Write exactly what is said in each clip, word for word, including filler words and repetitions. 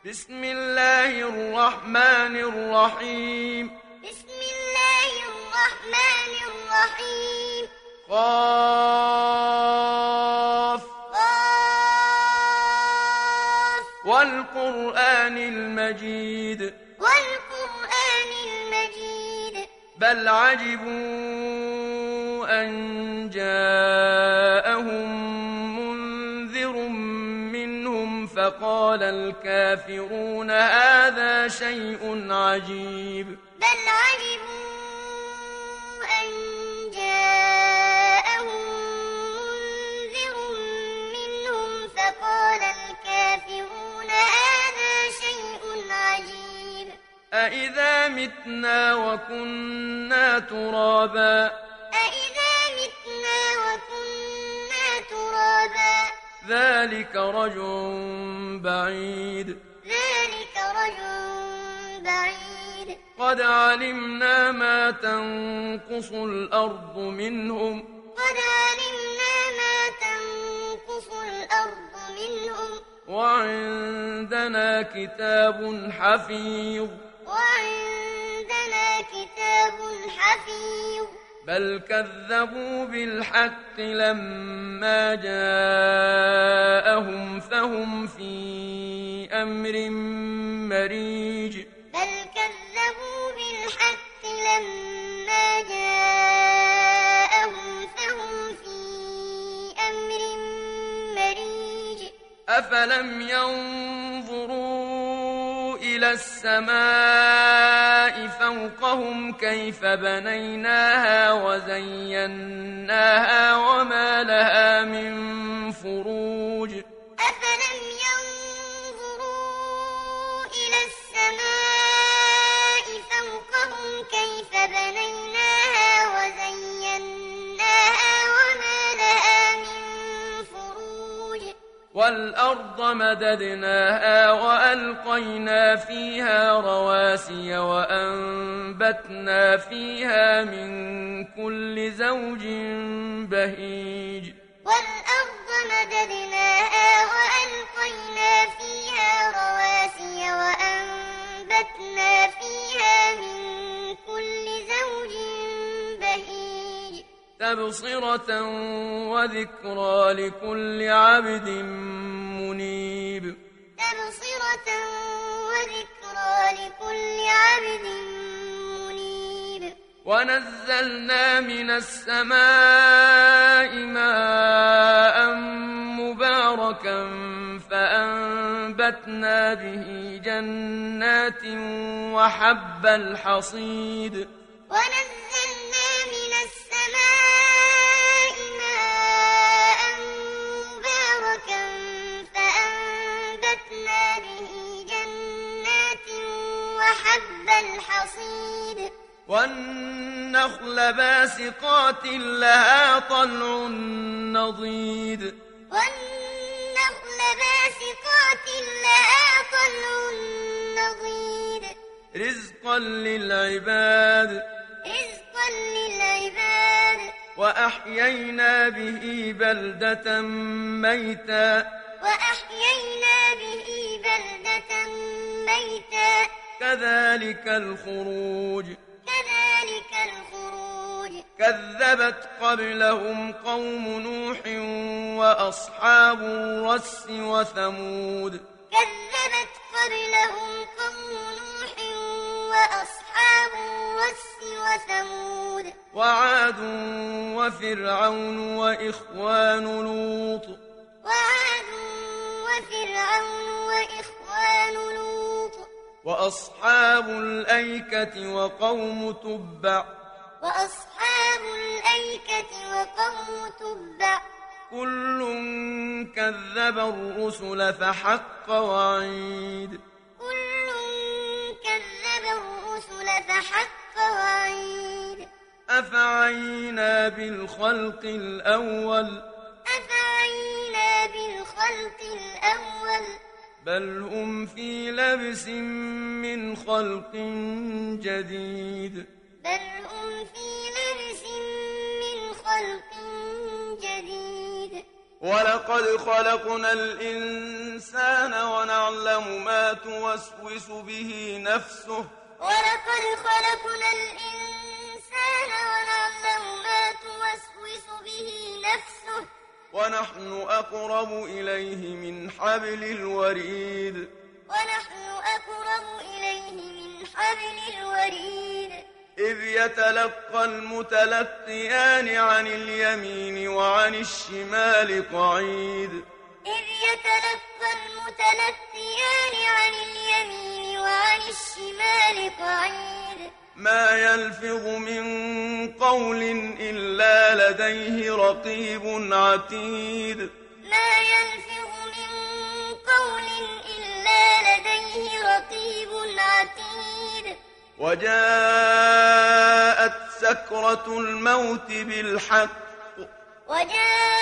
بسم الله الرحمن الرحيم بسم الله الرحمن الرحيم قاف قاف والقرآن المجيد والقرآن المجيد بل عجبوا أن جاءهم منذر منهم فقال الكافرون هذا شيء عجيب بل عجبوا أن جاءهم منذر منهم فقال الكافرون هذا شيء عجيب أإذا متنا وكنا ترابا أإذا متنا وكنا ترابا ذلك رجع بعيد ذلك رجل بعيد قد علمنا ما تنقص الأرض منهم قد علمنا ما تنقص الأرض منهم وعندنا كتاب حفيظ وعندنا كتاب حفيظ بل كذبوا بالحق لما جاءهم فهم في أمر مريج بل كذبوا بالحق لما جاءهم فهم في أمر مريج أفلم ينظروا إلى السماء فوقهم كيف بنيناها وزيناها وما لها من فروج أفلم ينظروا إلى السماء فوقهم كيف بنيناها وزيناها وما لها من فروج والأرض مددناها وألقينا فيها رواسي وأنبتنا فيها من كل زوج بهيج والأرض مددناها وألقينا فيها رواسي وأنبتنا فيها من كل زوج بهيج تبصرة وذكرى لكل عبد منيب تبصرة وذكرى لكل عبد منيب ونزلنا من السماء ماء مباركا فأنبتنا به جنات وحب الحصيد ونزلنا من السماء ماء مباركا فأنبتنا به جنات وحب الحصيد والنخل باسقات لها طلع نضيد والنخل باسقات لها طلع نضيد رزقا للعباد رزقا للعباد وأحيينا به بلدة ميتا وأحيينا به بلدة ميتا كذلك الخروج كذلك الخروج كذبت قبلهم قوم نوح وأصحاب الرس وثمود كذبت قبلهم قوم نوح وأصحاب الرس وثمود وعاد وفرعون وإخوان لوط وعاد وفرعون وإخوان لوط وأصحاب الأيكة وقوم تبع وأصحاب الأيكة وقوم تبع كل كذب الرسل فحق وعيد كل كذب الرسل فحق وعيد أفعينا بالخلق الأول أفعينا بالخلق الأول بل هم في لبس من خلق جديد بل هم في لبس من خلق جديد ولقد خلقنا الإنسان ونعلم ما توسوس به نفسه ولقد خلقنا الإنسان ونعلم ما توسوس به نفسه ونحن أقرب إليه من حبل الوريد ونحن أقرب إليه من حبل الوريد إذ يتلقى المتلقيان عن اليمين وعن الشمال قعيد إذ يتلقى المتلقيان عن اليمين وعن الشمال قعيد ما يلفظ من قول إلا لديه رقيب عتيد ما يلفظ من قول إلا لديه رقيب عتيد وجاءت سكرة الموت بالحق وجاءت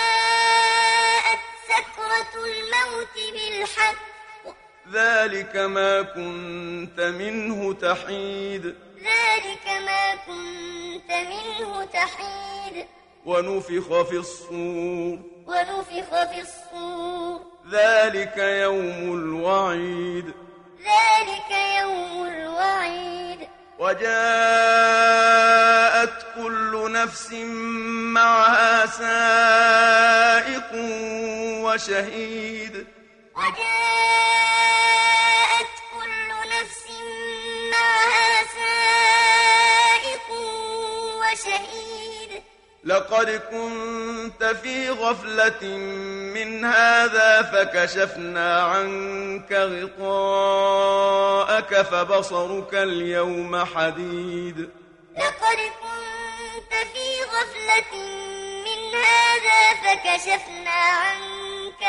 سكرة الموت بالحق ذلك ما كنت منه تحيد ذلك ما كنت منه تحيد ونفخ في الصور ونفخ في الصور ذلك يوم الوعيد ذلك يوم الوعيد وجاءت كل نفس معها سائق وشهيد وجاءت كل نفس معها سائق وشهيد لقد كنت في غفلة من هذا فكشفنا عنك غطاءك فبصرك اليوم حديد لقد كنت في غفلة من هذا فكشفنا عنك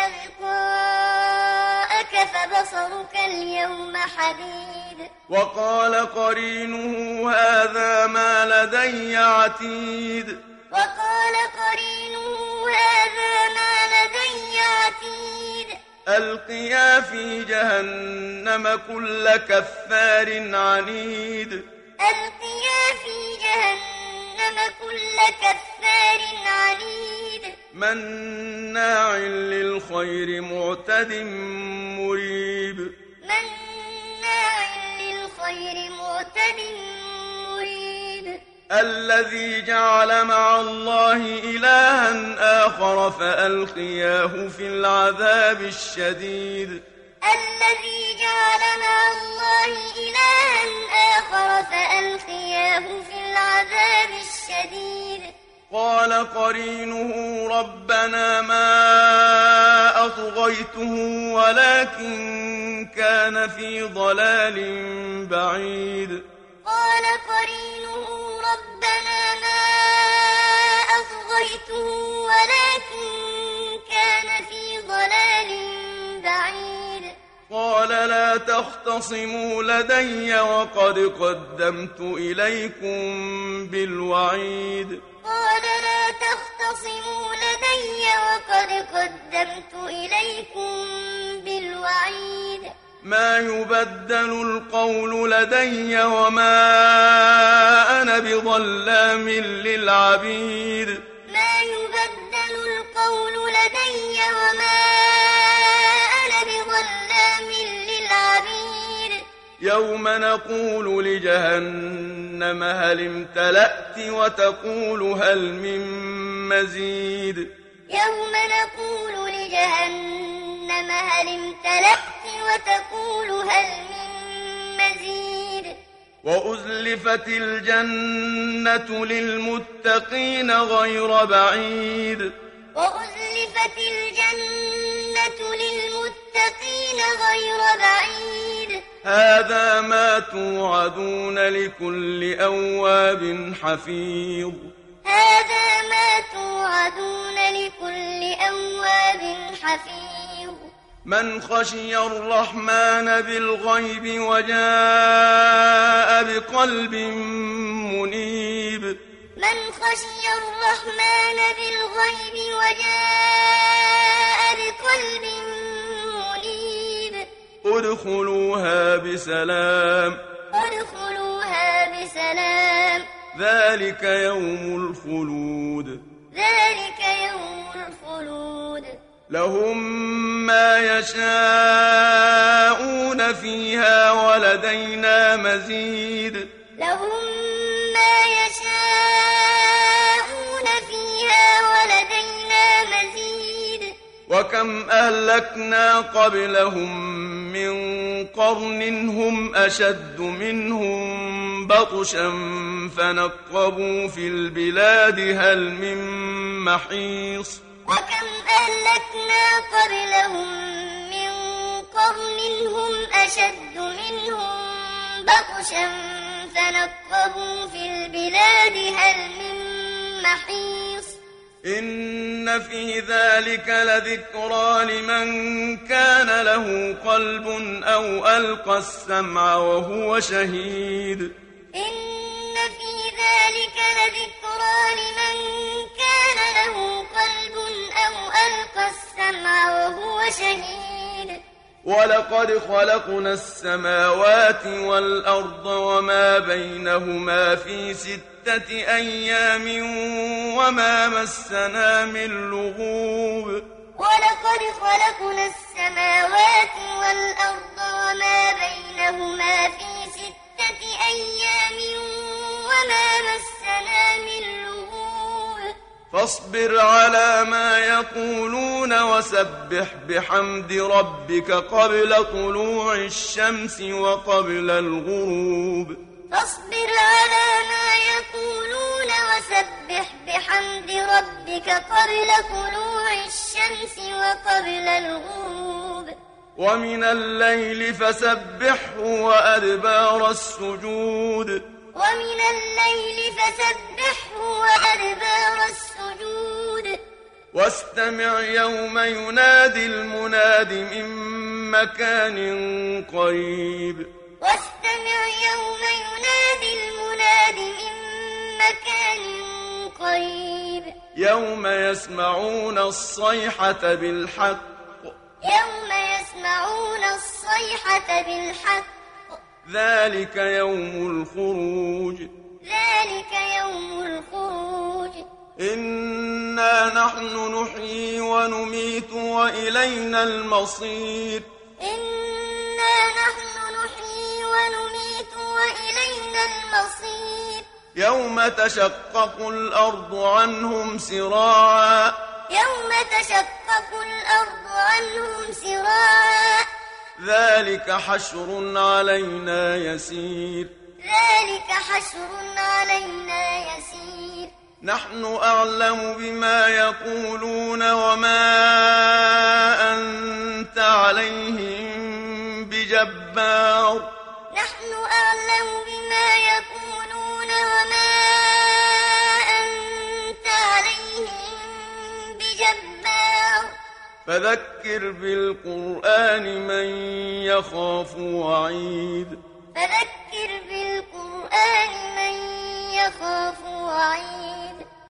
غطاءك فبصرك اليوم حديد وقال قرينه هذا ما لدي عتيد وقال قرينه هذا ما لدي عتيد ألقيا في جهنم كل كفار عنيد ألقيا في جهنم كل كفار عنيد مناع للخير معتد مريب مناع للخير معتد مريب الذي جعل مع الله إلها آخر فألقياه في العذاب الشديد الذي جعل مع الله إلها آخر فألقياه في العذاب الشديد قال قرينه ربنا ما أطغيته ولكن كان في ضلال بعيد قال قرينه ربنا ما أطغيته ولكن كان في ضلال بعيد قال لا تختصموا لدي وقد قدمت إليكم بالوعيد قال لا تختصموا لدي وقد قدمت إليكم بالوعيد ما يبدل القول لدي وما أنا بظلام للعبيد ما يبدل القول لدي وما أنا بظلام للعبيد يوم نقول لجهنم هل امتلأت وتقول هل من مزيد يوم نقول لجهنم هل امتلأت وتقول هل من مزيد وأزلفت الجنة للمتقين غير بعيد وأزلفت الجنة للمتقين غير بعيد هذا ما توعدون لكل أواب حفيظ هذا ما توعدون لكل أواب حفيظ من خشي الرحمن بالغيب وجاء بقلب منيب من خشي الرحمن بالغيب وجاء بقلب منيب ادخلوها بسلام ادخلوها بسلام ذلك يوم الخلود ذلك يوم الخلود لهم ما يشاءون فيها ولدينا مزيد لهم ما يشاءون فيها ولدينا مزيد وكم أهلكنا قبلهم من قرن هم أشد منهم بطشا فنقبوا في البلاد هل من محيص وكم أهلكنا قبلهم من قرن هم أشد منهم بطشا فنقبوا في البلاد هل من محيص إن في ذلك لذكرى لمن كان له قلب أو ألقى السمع وهو شهيد إن في ذلك لذكرى لمن كان له قلب أو ألقى السمع وهو شهيد ولقد خلقنا السماوات والأرض وما بينهما في ستة أيام وما مسنا من لغوب ولقد خلقنا السماوات والأرض وما بينهما في ستة أيام وما مسنا من لغوب فاصبر على ما يقولون وسبح بحمد ربك قبل طلوع الشمس وقبل الغروب فاصبر على ما يقولون وسبح بحمد ربك قبل طلوع الشمس وقبل الغروب ومن الليل فسبحه وأدبار السجود ومن الليل فسبحه وأدبار السجود واستمع يوم ينادي المناد من مكان قريب واستمع يوم ينادي المناد من مكان قريب يوم يسمعون الصيحة بالحق يوم يسمعون الصيحة بالحق ذلك يوم الخروج ذلك يوم الخروج إنا نحن نحيي ونميت وإلينا المصير إنا نحن نحيي ونميت وإلينا المصير يوم تشقق الأرض عنهم سراعا يوم تشقق الأرض عنهم سراعا ذلك حشر علينا يسير ذلك حشر علينا يسير نحن أعلم بما يقولون وما أنت عليهم بجبار نحن أعلم بما يقولون وما أنت عليهم بجبار فذكر بالقرآن من يخاف وعيد فذكر بالقرآن من يخاف وعيد